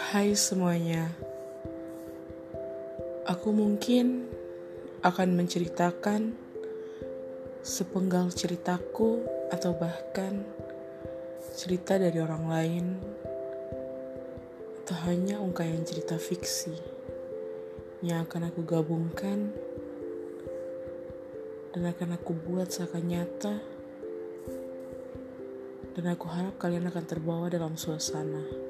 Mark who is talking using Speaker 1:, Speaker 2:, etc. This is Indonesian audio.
Speaker 1: Hai semuanya, aku mungkin akan menceritakan sepenggal ceritaku atau bahkan cerita dari orang lain atau hanya ungkapan cerita fiksi yang akan aku gabungkan dan akan aku buat seakan nyata dan aku harap kalian akan terbawa dalam suasana.